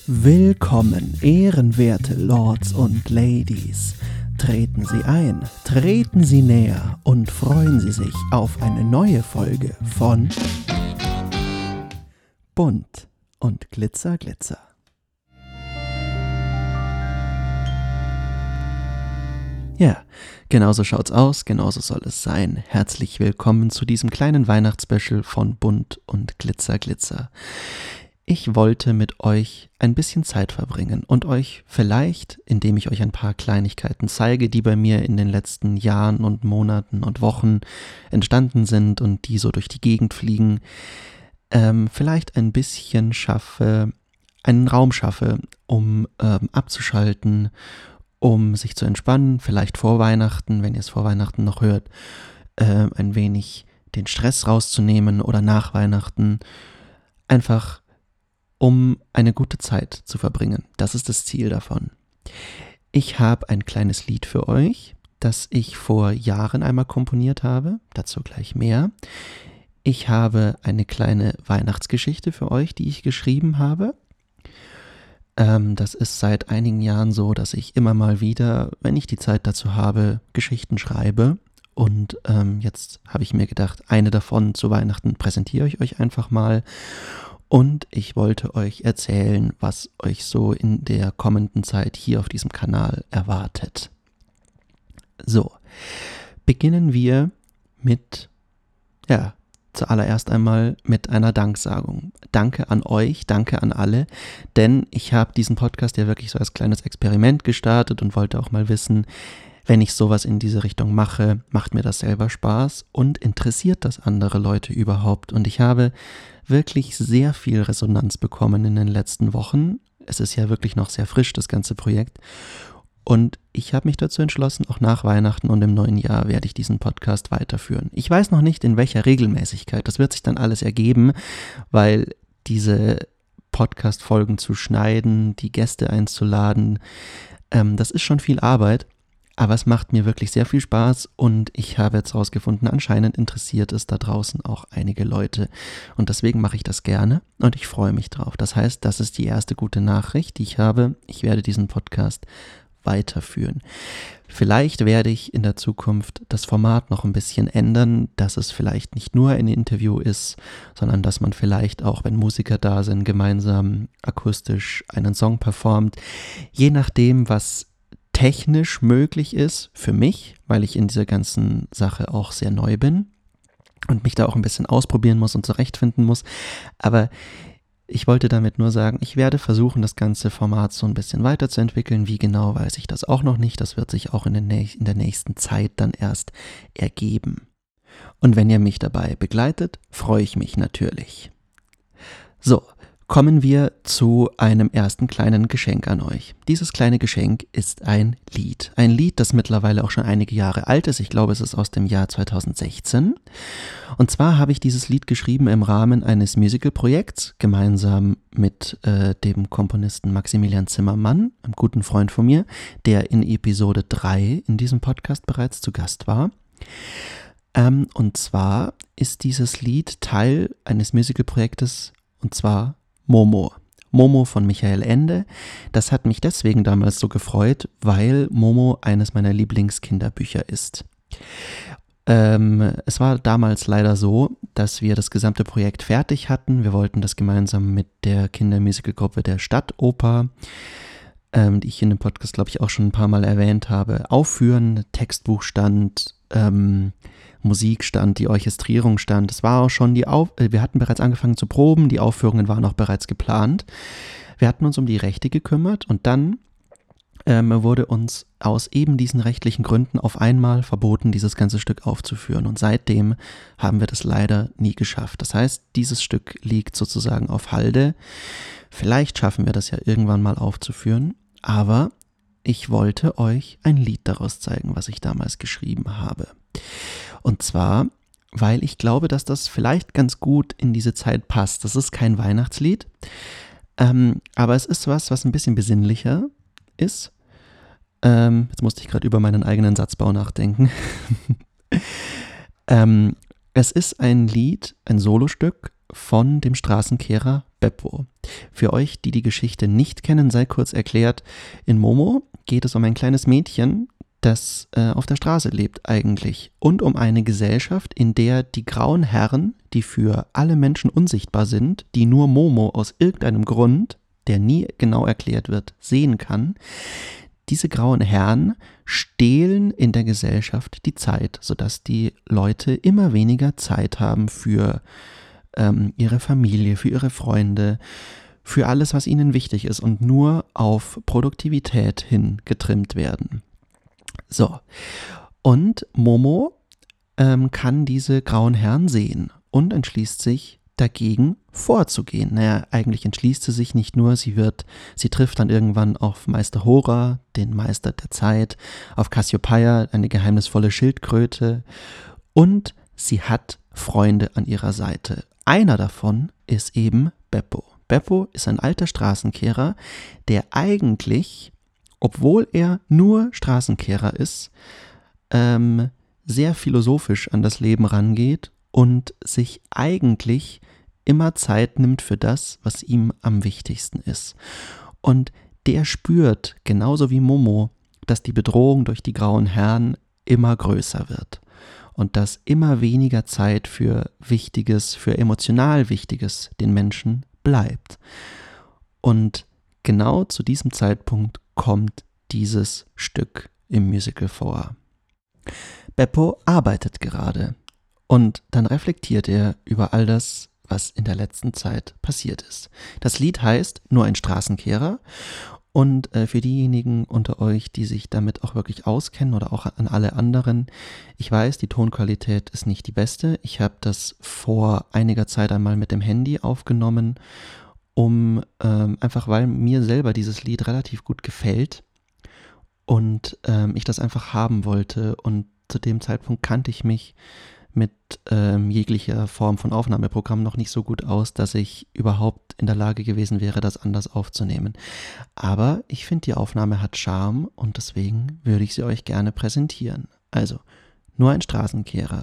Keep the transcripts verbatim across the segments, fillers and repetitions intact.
Willkommen, ehrenwerte Lords und Ladies. Treten Sie ein, treten Sie näher und freuen Sie sich auf eine neue Folge von Bunt und Glitzer, Glitzer. Ja, genauso schaut's aus, genauso soll es sein. Herzlich willkommen zu diesem kleinen Weihnachtsspecial von Bunt und Glitzer, Glitzer. Ich wollte mit euch ein bisschen Zeit verbringen und euch vielleicht, indem ich euch ein paar Kleinigkeiten zeige, die bei mir in den letzten Jahren und Monaten und Wochen entstanden sind und die so durch die Gegend fliegen, ähm, vielleicht ein bisschen schaffe, einen Raum schaffe, um ähm, abzuschalten, um sich zu entspannen, vielleicht vor Weihnachten, wenn ihr es vor Weihnachten noch hört, äh, ein wenig den Stress rauszunehmen oder nach Weihnachten, einfach um eine gute Zeit zu verbringen. Das ist das Ziel davon. Ich habe ein kleines Lied für euch, das ich vor Jahren einmal komponiert habe, dazu gleich mehr. Ich habe eine kleine Weihnachtsgeschichte für euch, die ich geschrieben habe. Ähm, das ist seit einigen Jahren so, dass ich immer mal wieder, wenn ich die Zeit dazu habe, Geschichten schreibe. Und ähm, jetzt habe ich mir gedacht, eine davon zu Weihnachten präsentiere ich euch einfach mal. Und ich wollte euch erzählen, was euch so in der kommenden Zeit hier auf diesem Kanal erwartet. So, beginnen wir mit, ja, zuallererst einmal mit einer Danksagung. Danke an euch, danke an alle, denn ich habe diesen Podcast ja wirklich so als kleines Experiment gestartet und wollte auch mal wissen, wenn ich sowas in diese Richtung mache, macht mir das selber Spaß und interessiert das andere Leute überhaupt? Und ich habe wirklich sehr viel Resonanz bekommen in den letzten Wochen. Es ist ja wirklich noch sehr frisch, das ganze Projekt. Und ich habe mich dazu entschlossen, auch nach Weihnachten und im neuen Jahr werde ich diesen Podcast weiterführen. Ich weiß noch nicht, in welcher Regelmäßigkeit. Das wird sich dann alles ergeben, weil diese Podcast-Folgen zu schneiden, die Gäste einzuladen, ähm, das ist schon viel Arbeit. Aber es macht mir wirklich sehr viel Spaß und ich habe jetzt rausgefunden, anscheinend interessiert es da draußen auch einige Leute. Und deswegen mache ich das gerne und ich freue mich drauf. Das heißt, das ist die erste gute Nachricht, die ich habe. Ich werde diesen Podcast weiterführen. Vielleicht werde ich in der Zukunft das Format noch ein bisschen ändern, dass es vielleicht nicht nur ein Interview ist, sondern dass man vielleicht auch, wenn Musiker da sind, gemeinsam akustisch einen Song performt. Je nachdem, was technisch möglich ist für mich, weil ich in dieser ganzen Sache auch sehr neu bin und mich da auch ein bisschen ausprobieren muss und zurechtfinden muss. Aber ich wollte damit nur sagen, ich werde versuchen, das ganze Format so ein bisschen weiterzuentwickeln. Wie genau, weiß ich das auch noch nicht. Das wird sich auch in, den nä- in der nächsten Zeit dann erst ergeben. Und wenn ihr mich dabei begleitet, freue ich mich natürlich. So. Kommen wir zu einem ersten kleinen Geschenk an euch. Dieses kleine Geschenk ist ein Lied. Ein Lied, das mittlerweile auch schon einige Jahre alt ist. Ich glaube, es ist aus dem Jahr zweitausendsechzehn. Und zwar habe ich dieses Lied geschrieben im Rahmen eines Musical-Projekts, gemeinsam mit äh, dem Komponisten Maximilian Zimmermann, einem guten Freund von mir, der in Episode drei in diesem Podcast bereits zu Gast war. Ähm, und zwar ist dieses Lied Teil eines Musical-Projektes, und zwar Momo. Momo von Michael Ende. Das hat mich deswegen damals so gefreut, weil Momo eines meiner Lieblingskinderbücher ist. Ähm, es war damals leider so, dass wir das gesamte Projekt fertig hatten. Wir wollten das gemeinsam mit der Kindermusicalgruppe der Stadtoper, ähm, die ich in dem Podcast, glaube ich, auch schon ein paar Mal erwähnt habe, aufführen. Textbuch stand, ähm, Musik stand, die Orchestrierung stand. Es war auch schon die Auf- wir hatten bereits angefangen zu proben, die Aufführungen waren auch bereits geplant. Wir hatten uns um die Rechte gekümmert und dann ähm, wurde uns aus eben diesen rechtlichen Gründen auf einmal verboten, dieses ganze Stück aufzuführen. Und seitdem haben wir das leider nie geschafft. Das heißt, dieses Stück liegt sozusagen auf Halde. Vielleicht schaffen wir das ja irgendwann mal aufzuführen, aber ich wollte euch ein Lied daraus zeigen, was ich damals geschrieben habe. Und zwar, weil ich glaube, dass das vielleicht ganz gut in diese Zeit passt. Das ist kein Weihnachtslied, ähm, aber es ist was, was ein bisschen besinnlicher ist. Ähm, jetzt musste ich gerade über meinen eigenen Satzbau nachdenken. ähm, es ist ein Lied, ein Solostück von dem Straßenkehrer Beppo. Für euch, die die Geschichte nicht kennen, sei kurz erklärt, in Momo geht es um ein kleines Mädchen, das äh, auf der Straße lebt eigentlich und um eine Gesellschaft, in der die grauen Herren, die für alle Menschen unsichtbar sind, die nur Momo aus irgendeinem Grund, der nie genau erklärt wird, sehen kann, diese grauen Herren stehlen in der Gesellschaft die Zeit, sodass die Leute immer weniger Zeit haben für ähm, ihre Familie, für ihre Freunde, für alles, was ihnen wichtig ist und nur auf Produktivität hin getrimmt werden. So, und Momo ähm, kann diese grauen Herren sehen und entschließt sich, dagegen vorzugehen. Naja, eigentlich entschließt sie sich nicht nur, sie wird, sie trifft dann irgendwann auf Meister Hora, den Meister der Zeit, auf Cassiopeia, eine geheimnisvolle Schildkröte, und sie hat Freunde an ihrer Seite. Einer davon ist eben Beppo. Beppo ist ein alter Straßenkehrer, der eigentlich, obwohl er nur Straßenkehrer ist, ähm, sehr philosophisch an das Leben rangeht und sich eigentlich immer Zeit nimmt für das, was ihm am wichtigsten ist. Und der spürt, genauso wie Momo, dass die Bedrohung durch die grauen Herren immer größer wird und dass immer weniger Zeit für Wichtiges, für emotional Wichtiges den Menschen bleibt. Und genau zu diesem Zeitpunkt kommt dieses Stück im Musical vor. Beppo arbeitet gerade und dann reflektiert er über all das, was in der letzten Zeit passiert ist. Das Lied heißt Nur ein Straßenkehrer, und äh, für diejenigen unter euch, die sich damit auch wirklich auskennen oder auch an alle anderen, ich weiß, die Tonqualität ist nicht die beste. Ich habe das vor einiger Zeit einmal mit dem Handy aufgenommen, um ähm, einfach, weil mir selber dieses Lied relativ gut gefällt und ähm, ich das einfach haben wollte, und zu dem Zeitpunkt kannte ich mich mit ähm, jeglicher Form von Aufnahmeprogramm noch nicht so gut aus, dass ich überhaupt in der Lage gewesen wäre, das anders aufzunehmen. Aber ich finde, die Aufnahme hat Charme und deswegen würde ich sie euch gerne präsentieren. Also, Nur ein Straßenkehrer.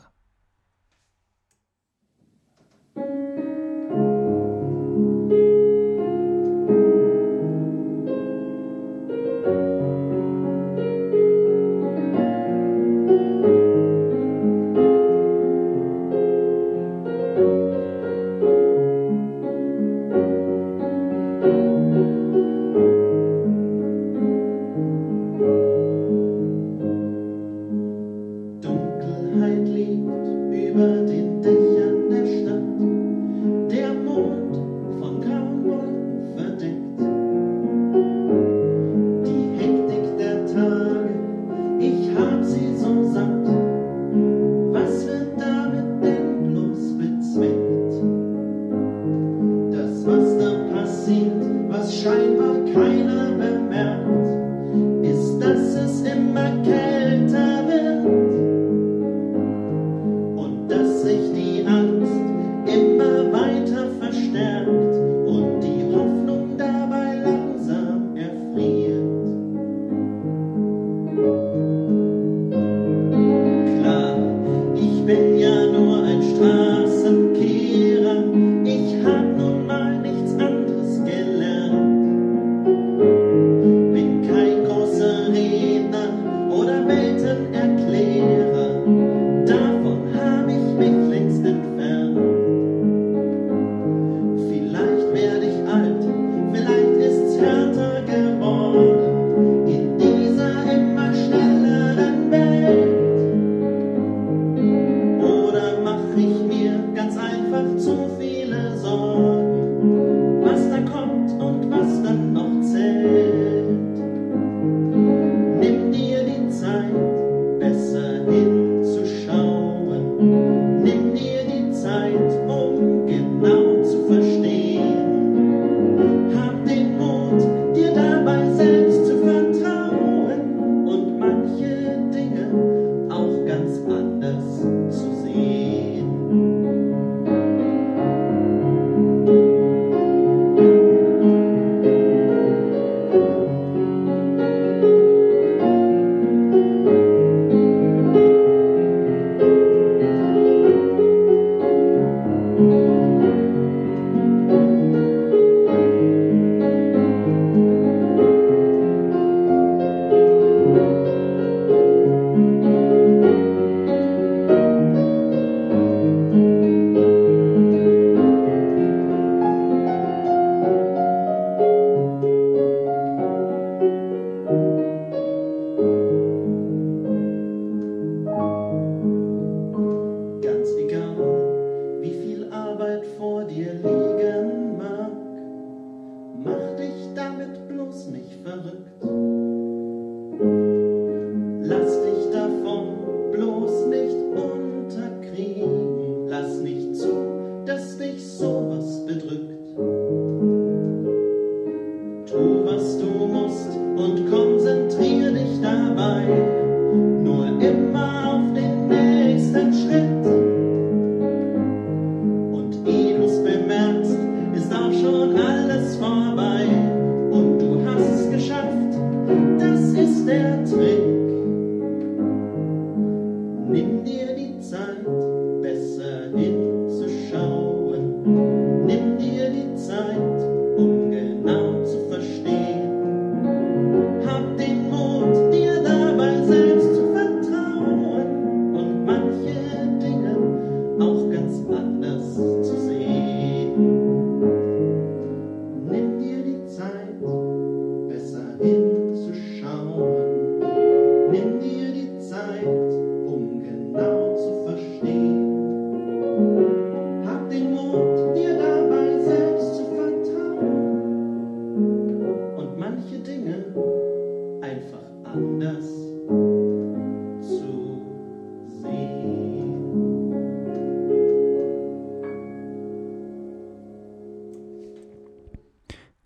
Bin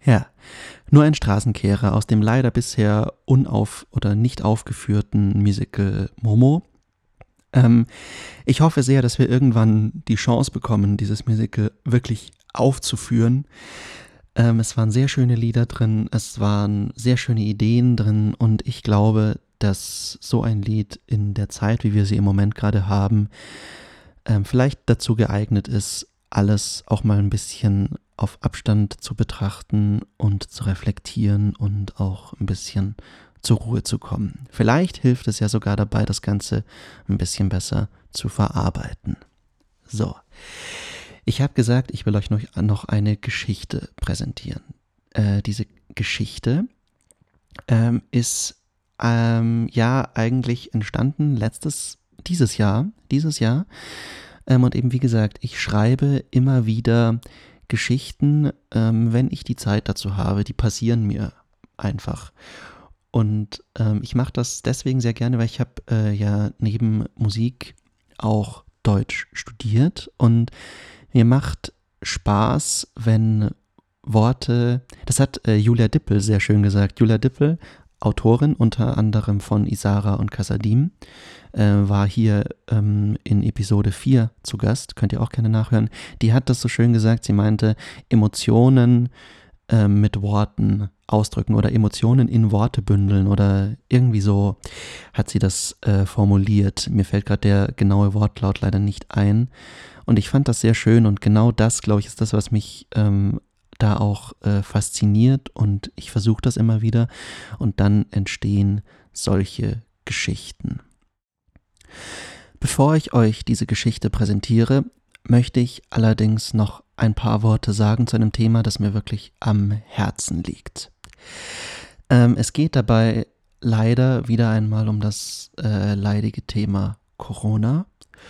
Ja, nur ein Straßenkehrer aus dem leider bisher unauf- oder nicht aufgeführten Musical Momo. Ähm, ich hoffe sehr, dass wir irgendwann die Chance bekommen, dieses Musical wirklich aufzuführen. Ähm, es waren sehr schöne Lieder drin, es waren sehr schöne Ideen drin und ich glaube, dass so ein Lied in der Zeit, wie wir sie im Moment gerade haben, ähm, vielleicht dazu geeignet ist, alles auch mal ein bisschen auf Abstand zu betrachten und zu reflektieren und auch ein bisschen zur Ruhe zu kommen. Vielleicht hilft es ja sogar dabei, das Ganze ein bisschen besser zu verarbeiten. So, ich habe gesagt, ich will euch noch, noch eine Geschichte präsentieren. Äh, diese Geschichte ähm, ist ähm, ja eigentlich entstanden letztes, dieses Jahr, dieses Jahr. Ähm, und eben wie gesagt, ich schreibe immer wieder Geschichten, ähm, wenn ich die Zeit dazu habe. Die passieren mir einfach. Und ähm, ich mache das deswegen sehr gerne, weil ich habe äh, ja neben Musik auch Deutsch studiert und mir macht Spaß, wenn Worte, das hat äh, Julia Dippel sehr schön gesagt. Julia Dippel, Autorin unter anderem von Isara und Kasadim, äh, war hier ähm, in Episode vier zu Gast, könnt ihr auch gerne nachhören. Die hat das so schön gesagt, sie meinte, Emotionen äh, mit Worten ausdrücken oder Emotionen in Worte bündeln oder irgendwie so hat sie das äh, formuliert. Mir fällt gerade der genaue Wortlaut leider nicht ein. Und ich fand das sehr schön und genau das, glaube ich, ist das, was mich ähm, da auch äh, fasziniert und ich versuche das immer wieder und dann entstehen solche Geschichten. Bevor ich euch diese Geschichte präsentiere, möchte ich allerdings noch ein paar Worte sagen zu einem Thema, das mir wirklich am Herzen liegt. Ähm, es geht dabei leider wieder einmal um das äh, leidige Thema Corona.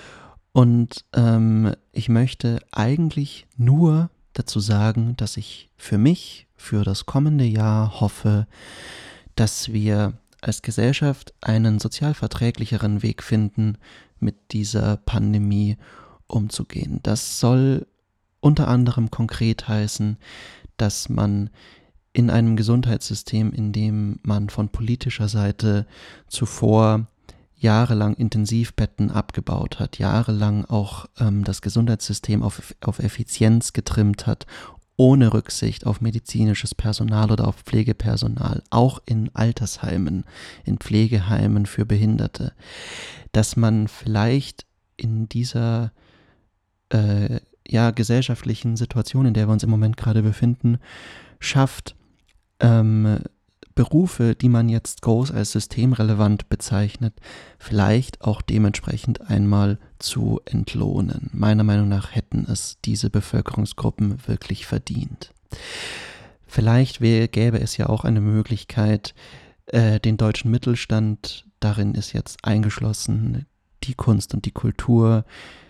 Und ähm, ich möchte eigentlich nur dazu sagen, dass ich für mich, für das kommende Jahr hoffe, dass wir als Gesellschaft einen sozialverträglicheren Weg finden, mit dieser Pandemie umzugehen. Das soll unter anderem konkret heißen, dass man in einem Gesundheitssystem, in dem man von politischer Seite zuvor jahrelang Intensivbetten abgebaut hat, jahrelang auch ähm, das Gesundheitssystem auf, auf Effizienz getrimmt hat, ohne Rücksicht auf medizinisches Personal oder auf Pflegepersonal, auch in Altersheimen, in Pflegeheimen für Behinderte, dass man vielleicht in dieser äh, ja, gesellschaftlichen Situation, in der wir uns im Moment gerade befinden, schafft, ähm, Berufe, die man jetzt groß als systemrelevant bezeichnet, vielleicht auch dementsprechend einmal zu entlohnen. Meiner Meinung nach hätten es diese Bevölkerungsgruppen wirklich verdient. Vielleicht wär, gäbe es ja auch eine Möglichkeit, äh, den deutschen Mittelstand, darin ist jetzt eingeschlossen die Kunst und die Kultur,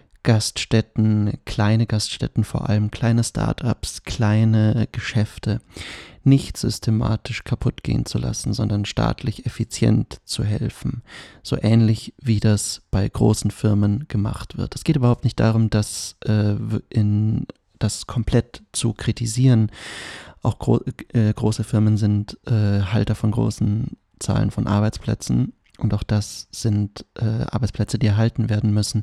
Gaststätten, kleine Gaststätten vor allem, kleine Start-ups, kleine Geschäfte, nicht systematisch kaputt gehen zu lassen, sondern staatlich effizient zu helfen. So ähnlich wie das bei großen Firmen gemacht wird. Es geht überhaupt nicht darum, das, äh, in, das komplett zu kritisieren. Auch gro- äh, große Firmen sind äh, Halter von großen Zahlen von Arbeitsplätzen und auch das sind äh, Arbeitsplätze, die erhalten werden müssen.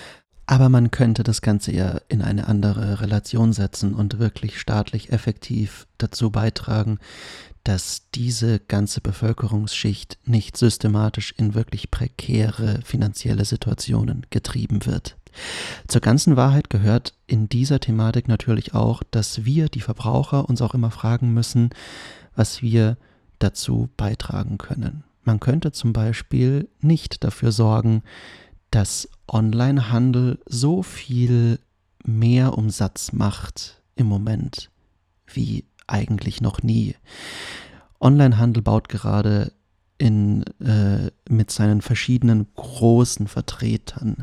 Aber man könnte das Ganze ja in eine andere Relation setzen und wirklich staatlich effektiv dazu beitragen, dass diese ganze Bevölkerungsschicht nicht systematisch in wirklich prekäre finanzielle Situationen getrieben wird. Zur ganzen Wahrheit gehört in dieser Thematik natürlich auch, dass wir, die Verbraucher, uns auch immer fragen müssen, was wir dazu beitragen können. Man könnte zum Beispiel nicht dafür sorgen, dass Onlinehandel so viel mehr Umsatz macht im Moment wie eigentlich noch nie. Onlinehandel baut gerade in, äh, mit seinen verschiedenen großen Vertretern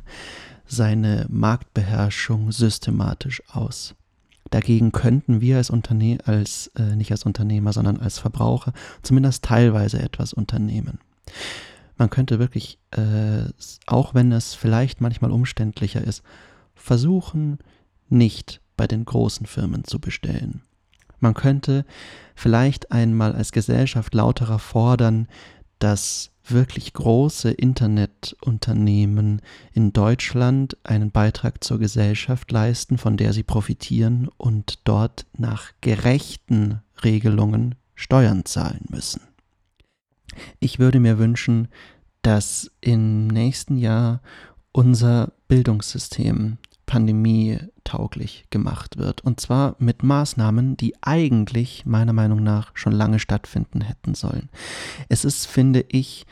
seine Marktbeherrschung systematisch aus. Dagegen könnten wir als Unterne- als äh, nicht als Unternehmer, sondern als Verbraucher zumindest teilweise etwas unternehmen. Man könnte wirklich, äh, auch wenn es vielleicht manchmal umständlicher ist, versuchen, nicht bei den großen Firmen zu bestellen. Man könnte vielleicht einmal als Gesellschaft lauterer fordern, dass wirklich große Internetunternehmen in Deutschland einen Beitrag zur Gesellschaft leisten, von der sie profitieren und dort nach gerechten Regelungen Steuern zahlen müssen. Ich würde mir wünschen, dass im nächsten Jahr unser Bildungssystem pandemietauglich gemacht wird. Und zwar mit Maßnahmen, die eigentlich meiner Meinung nach schon lange stattfinden hätten sollen. Es ist, finde ich,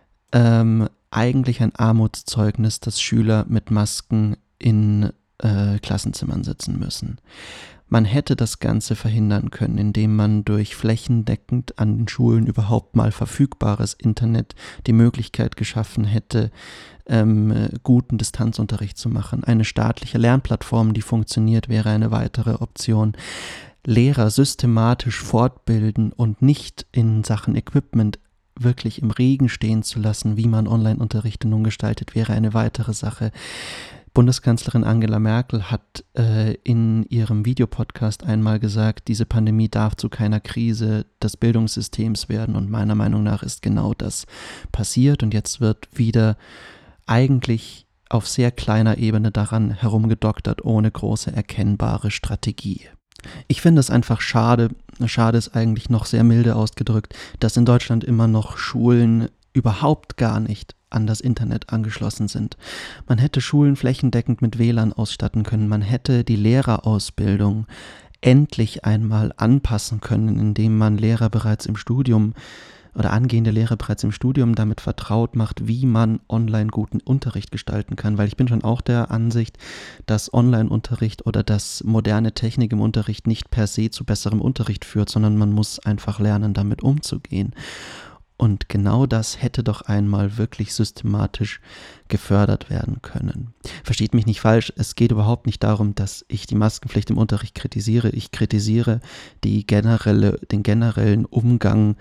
ähm, eigentlich ein Armutszeugnis, dass Schüler mit Masken in äh, Klassenzimmern sitzen müssen. Man hätte das Ganze verhindern können, indem man durch flächendeckend an den Schulen überhaupt mal verfügbares Internet die Möglichkeit geschaffen hätte, ähm, guten Distanzunterricht zu machen. Eine staatliche Lernplattform, die funktioniert, wäre eine weitere Option. Lehrer systematisch fortbilden und nicht in Sachen Equipment wirklich im Regen stehen zu lassen, wie man Online-Unterrichte nun gestaltet, wäre eine weitere Sache. Bundeskanzlerin Angela Merkel hat äh, in ihrem Videopodcast einmal gesagt, diese Pandemie darf zu keiner Krise des Bildungssystems werden, und meiner Meinung nach ist genau das passiert, und jetzt wird wieder eigentlich auf sehr kleiner Ebene daran herumgedoktert, ohne große erkennbare Strategie. Ich finde es einfach schade, schade ist eigentlich noch sehr milde ausgedrückt, dass in Deutschland immer noch Schulen überhaupt gar nicht an das Internet angeschlossen sind. Man hätte Schulen flächendeckend mit W L A N ausstatten können, man hätte die Lehrerausbildung endlich einmal anpassen können, indem man Lehrer bereits im Studium oder angehende Lehrer bereits im Studium damit vertraut macht, wie man online guten Unterricht gestalten kann, weil ich bin schon auch der Ansicht, dass Online-Unterricht oder dass moderne Technik im Unterricht nicht per se zu besserem Unterricht führt, sondern man muss einfach lernen, damit umzugehen. Und genau das hätte doch einmal wirklich systematisch gefördert werden können. Versteht mich nicht falsch, es geht überhaupt nicht darum, dass ich die Maskenpflicht im Unterricht kritisiere. Ich kritisiere die generelle, den generellen Umgang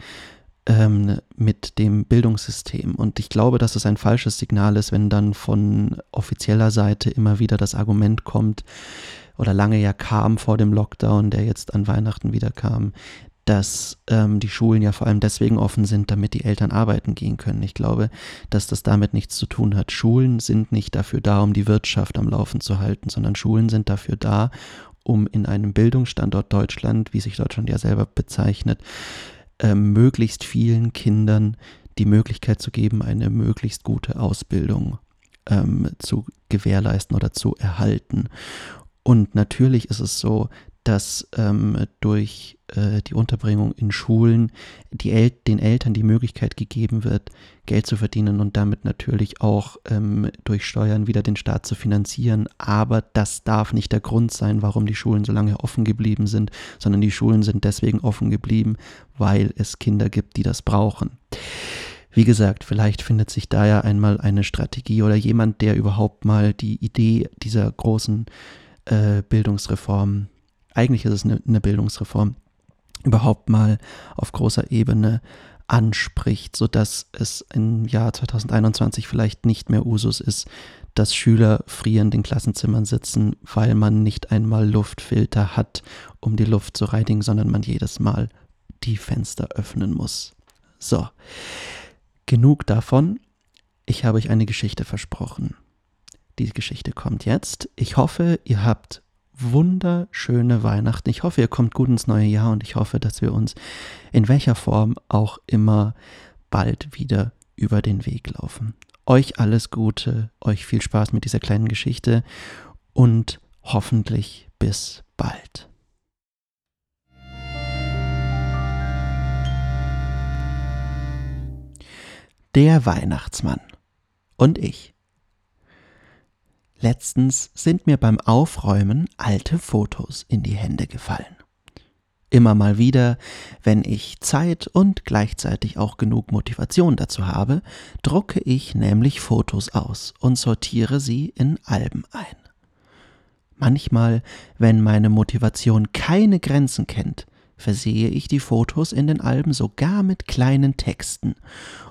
ähm, mit dem Bildungssystem. Und ich glaube, dass es ein falsches Signal ist, wenn dann von offizieller Seite immer wieder das Argument kommt, oder lange ja kam vor dem Lockdown, der jetzt an Weihnachten wieder kam, dass ähm, die Schulen ja vor allem deswegen offen sind, damit die Eltern arbeiten gehen können. Ich glaube, dass das damit nichts zu tun hat. Schulen sind nicht dafür da, um die Wirtschaft am Laufen zu halten, sondern Schulen sind dafür da, um in einem Bildungsstandort Deutschland, wie sich Deutschland ja selber bezeichnet, äh, möglichst vielen Kindern die Möglichkeit zu geben, eine möglichst gute Ausbildung ähm, zu gewährleisten oder zu erhalten. Und natürlich ist es so, dass ähm, durch äh, die Unterbringung in Schulen die El- den Eltern die Möglichkeit gegeben wird, Geld zu verdienen und damit natürlich auch ähm, durch Steuern wieder den Staat zu finanzieren. Aber das darf nicht der Grund sein, warum die Schulen so lange offen geblieben sind, sondern die Schulen sind deswegen offen geblieben, weil es Kinder gibt, die das brauchen. Wie gesagt, vielleicht findet sich da ja einmal eine Strategie oder jemand, der überhaupt mal die Idee dieser großen äh, Bildungsreform, eigentlich ist es eine, eine Bildungsreform, überhaupt mal auf großer Ebene anspricht, sodass es im Jahr zwanzig einundzwanzig vielleicht nicht mehr Usus ist, dass Schüler frierend in Klassenzimmern sitzen, weil man nicht einmal Luftfilter hat, um die Luft zu reinigen, sondern man jedes Mal die Fenster öffnen muss. So, genug davon. Ich habe euch eine Geschichte versprochen. Die Geschichte kommt jetzt. Ich hoffe, ihr habt wunderschöne Weihnachten. Ich hoffe, ihr kommt gut ins neue Jahr, und ich hoffe, dass wir uns in welcher Form auch immer bald wieder über den Weg laufen. Euch alles Gute, euch viel Spaß mit dieser kleinen Geschichte und hoffentlich bis bald. Der Weihnachtsmann und ich. Letztens sind mir beim Aufräumen alte Fotos in die Hände gefallen. Immer mal wieder, wenn ich Zeit und gleichzeitig auch genug Motivation dazu habe, drucke ich nämlich Fotos aus und sortiere sie in Alben ein. Manchmal, wenn meine Motivation keine Grenzen kennt, versehe ich die Fotos in den Alben sogar mit kleinen Texten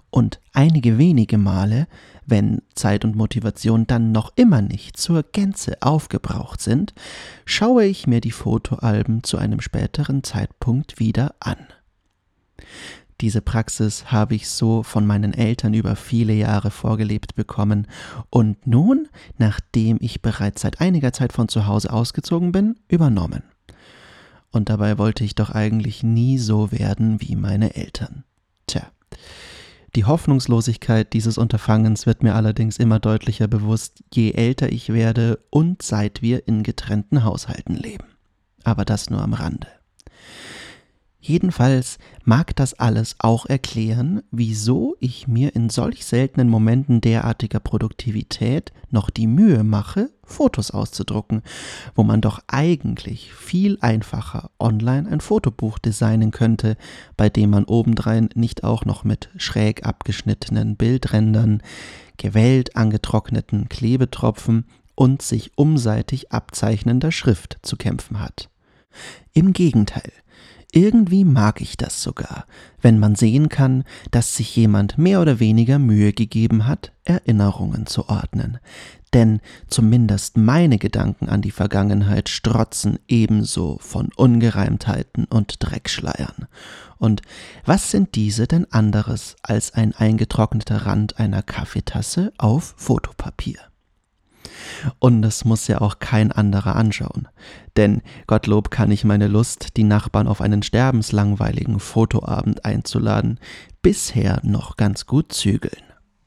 Und einige wenige Male, wenn Zeit und Motivation dann noch immer nicht zur Gänze aufgebraucht sind, schaue ich mir die Fotoalben zu einem späteren Zeitpunkt wieder an. Diese Praxis habe ich so von meinen Eltern über viele Jahre vorgelebt bekommen und nun, nachdem ich bereits seit einiger Zeit von zu Hause ausgezogen bin, übernommen. Und dabei wollte ich doch eigentlich nie so werden wie meine Eltern. Tja, die Hoffnungslosigkeit dieses Unterfangens wird mir allerdings immer deutlicher bewusst, je älter ich werde und seit wir in getrennten Haushalten leben. Aber das nur am Rande. Jedenfalls mag das alles auch erklären, wieso ich mir in solch seltenen Momenten derartiger Produktivität noch die Mühe mache, Fotos auszudrucken, wo man doch eigentlich viel einfacher online ein Fotobuch designen könnte, bei dem man obendrein nicht auch noch mit schräg abgeschnittenen Bildrändern, gewellt angetrockneten Klebetropfen und sich umseitig abzeichnender Schrift zu kämpfen hat. Im Gegenteil. Irgendwie mag ich das sogar, wenn man sehen kann, dass sich jemand mehr oder weniger Mühe gegeben hat, Erinnerungen zu ordnen. Denn zumindest meine Gedanken an die Vergangenheit strotzen ebenso von Ungereimtheiten und Dreckschleiern. Und was sind diese denn anderes als ein eingetrockneter Rand einer Kaffeetasse auf Fotopapier? Und das muss ja auch kein anderer anschauen. Denn Gottlob kann ich meine Lust, die Nachbarn auf einen sterbenslangweiligen Fotoabend einzuladen, bisher noch ganz gut zügeln.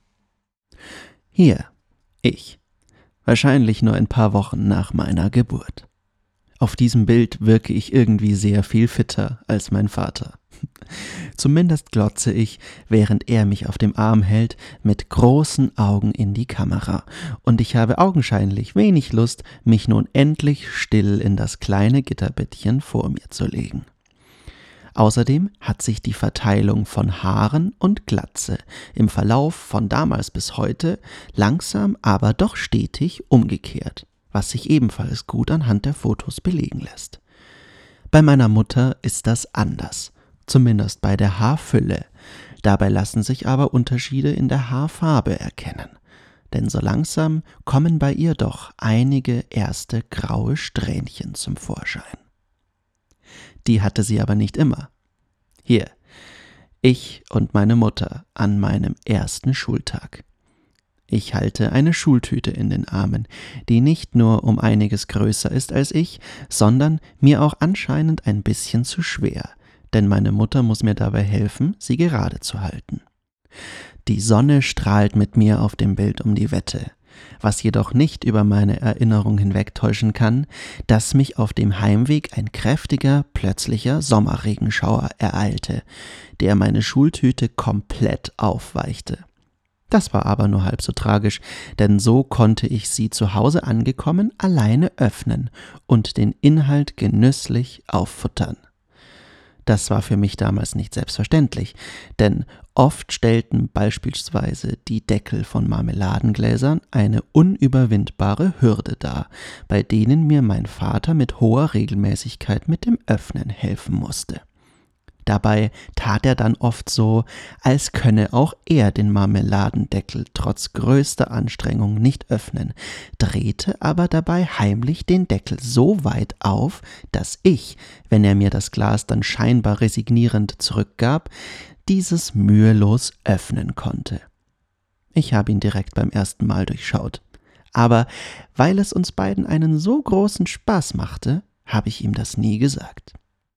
Hier, ich. Wahrscheinlich nur ein paar Wochen nach meiner Geburt. Auf diesem Bild wirke ich irgendwie sehr viel fitter als mein Vater. Zumindest glotze ich, während er mich auf dem Arm hält, mit großen Augen in die Kamera, und ich habe augenscheinlich wenig Lust, mich nun endlich still in das kleine Gitterbettchen vor mir zu legen. Außerdem hat sich die Verteilung von Haaren und Glatze im Verlauf von damals bis heute langsam, aber doch stetig umgekehrt, was sich ebenfalls gut anhand der Fotos belegen lässt. Bei meiner Mutter ist das anders. Zumindest bei der Haarfülle. Dabei lassen sich aber Unterschiede in der Haarfarbe erkennen. Denn so langsam kommen bei ihr doch einige erste graue Strähnchen zum Vorschein. Die hatte sie aber nicht immer. Hier, ich und meine Mutter an meinem ersten Schultag. Ich halte eine Schultüte in den Armen, die nicht nur um einiges größer ist als ich, sondern mir auch anscheinend ein bisschen zu schwer. Denn meine Mutter muss mir dabei helfen, sie gerade zu halten. Die Sonne strahlt mit mir auf dem Bild um die Wette, was jedoch nicht über meine Erinnerung hinwegtäuschen kann, dass mich auf dem Heimweg ein kräftiger, plötzlicher Sommerregenschauer ereilte, der meine Schultüte komplett aufweichte. Das war aber nur halb so tragisch, denn so konnte ich sie zu Hause angekommen alleine öffnen und den Inhalt genüsslich auffuttern. Das war für mich damals nicht selbstverständlich, denn oft stellten beispielsweise die Deckel von Marmeladengläsern eine unüberwindbare Hürde dar, bei denen mir mein Vater mit hoher Regelmäßigkeit mit dem Öffnen helfen musste. Dabei tat er dann oft so, als könne auch er den Marmeladendeckel trotz größter Anstrengung nicht öffnen, drehte aber dabei heimlich den Deckel so weit auf, dass ich, wenn er mir das Glas dann scheinbar resignierend zurückgab, dieses mühelos öffnen konnte. Ich habe ihn direkt beim ersten Mal durchschaut. Aber weil es uns beiden einen so großen Spaß machte, habe ich ihm das nie gesagt.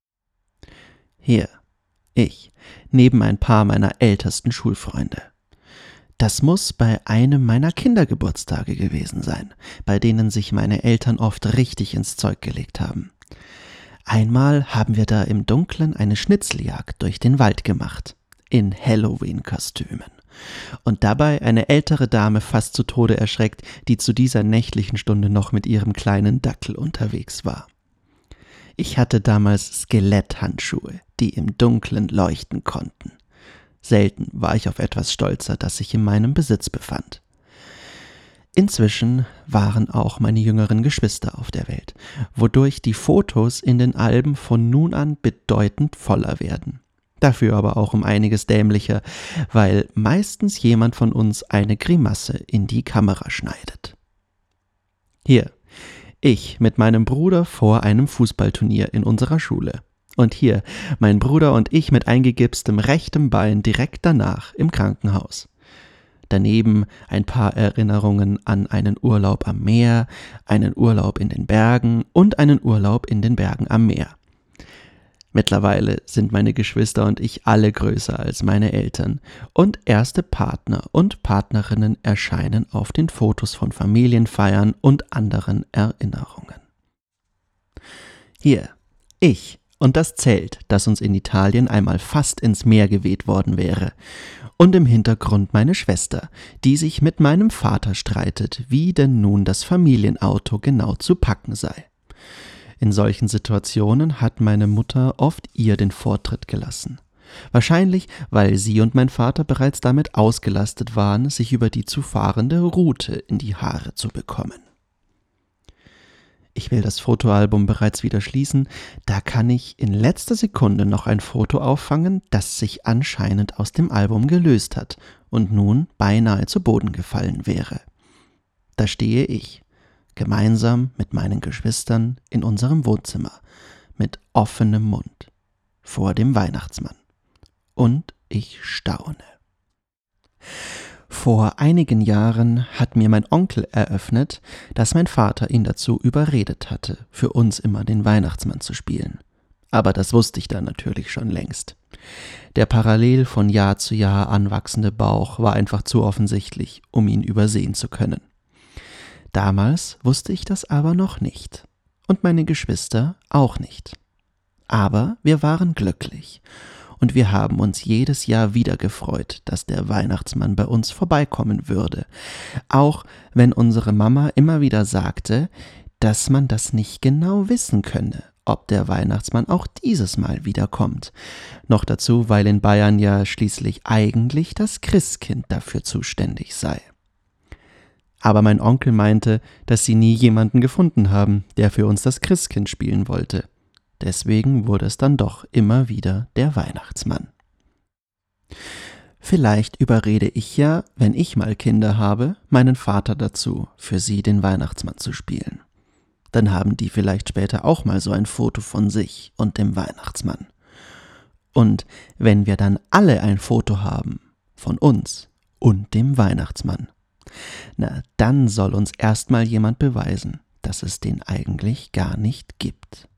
Hier, ich, neben ein paar meiner ältesten Schulfreunde. Das muss bei einem meiner Kindergeburtstage gewesen sein, bei denen sich meine Eltern oft richtig ins Zeug gelegt haben. Einmal haben wir da im Dunkeln eine Schnitzeljagd durch den Wald gemacht, in Halloween-Kostümen. Und dabei eine ältere Dame fast zu Tode erschreckt, die zu dieser nächtlichen Stunde noch mit ihrem kleinen Dackel unterwegs war. Ich hatte damals Skeletthandschuhe, die im Dunkeln leuchten konnten. Selten war ich auf etwas stolzer, das sich in meinem Besitz befand. Inzwischen waren auch meine jüngeren Geschwister auf der Welt, wodurch die Fotos in den Alben von nun an bedeutend voller werden. Dafür aber auch um einiges dämlicher, weil meistens jemand von uns eine Grimasse in die Kamera schneidet. Hier, ich mit meinem Bruder vor einem Fußballturnier in unserer Schule. Und hier, mein Bruder und ich mit eingegipstem rechtem Bein direkt danach im Krankenhaus. Daneben ein paar Erinnerungen an einen Urlaub am Meer, einen Urlaub in den Bergen und einen Urlaub in den Bergen am Meer. Mittlerweile sind meine Geschwister und ich alle größer als meine Eltern und erste Partner und Partnerinnen erscheinen auf den Fotos von Familienfeiern und anderen Erinnerungen. Hier, ich und das Zelt, das uns in Italien einmal fast ins Meer geweht worden wäre. Und im Hintergrund meine Schwester, die sich mit meinem Vater streitet, wie denn nun das Familienauto genau zu packen sei. In solchen Situationen hat meine Mutter oft ihr den Vortritt gelassen. Wahrscheinlich, weil sie und mein Vater bereits damit ausgelastet waren, sich über die zu fahrende Route in die Haare zu bekommen. Ich will das Fotoalbum bereits wieder schließen, da kann ich in letzter Sekunde noch ein Foto auffangen, das sich anscheinend aus dem Album gelöst hat und nun beinahe zu Boden gefallen wäre. Da stehe ich, gemeinsam mit meinen Geschwistern in unserem Wohnzimmer, mit offenem Mund, vor dem Weihnachtsmann. Und ich staune. Vor einigen Jahren hat mir mein Onkel eröffnet, dass mein Vater ihn dazu überredet hatte, für uns immer den Weihnachtsmann zu spielen. Aber das wusste ich dann natürlich schon längst. Der parallel von Jahr zu Jahr anwachsende Bauch war einfach zu offensichtlich, um ihn übersehen zu können. Damals wusste ich das aber noch nicht. Und meine Geschwister auch nicht. Aber wir waren glücklich. Und wir haben uns jedes Jahr wieder gefreut, dass der Weihnachtsmann bei uns vorbeikommen würde. Auch wenn unsere Mama immer wieder sagte, dass man das nicht genau wissen könne, ob der Weihnachtsmann auch dieses Mal wiederkommt. Noch dazu, weil in Bayern ja schließlich eigentlich das Christkind dafür zuständig sei. Aber mein Onkel meinte, dass sie nie jemanden gefunden haben, der für uns das Christkind spielen wollte. Deswegen wurde es dann doch immer wieder der Weihnachtsmann. Vielleicht überrede ich ja, wenn ich mal Kinder habe, meinen Vater dazu, für sie den Weihnachtsmann zu spielen. Dann haben die vielleicht später auch mal so ein Foto von sich und dem Weihnachtsmann. Und wenn wir dann alle ein Foto haben, von uns und dem Weihnachtsmann, na, dann soll uns erstmal jemand beweisen, dass es den eigentlich gar nicht gibt.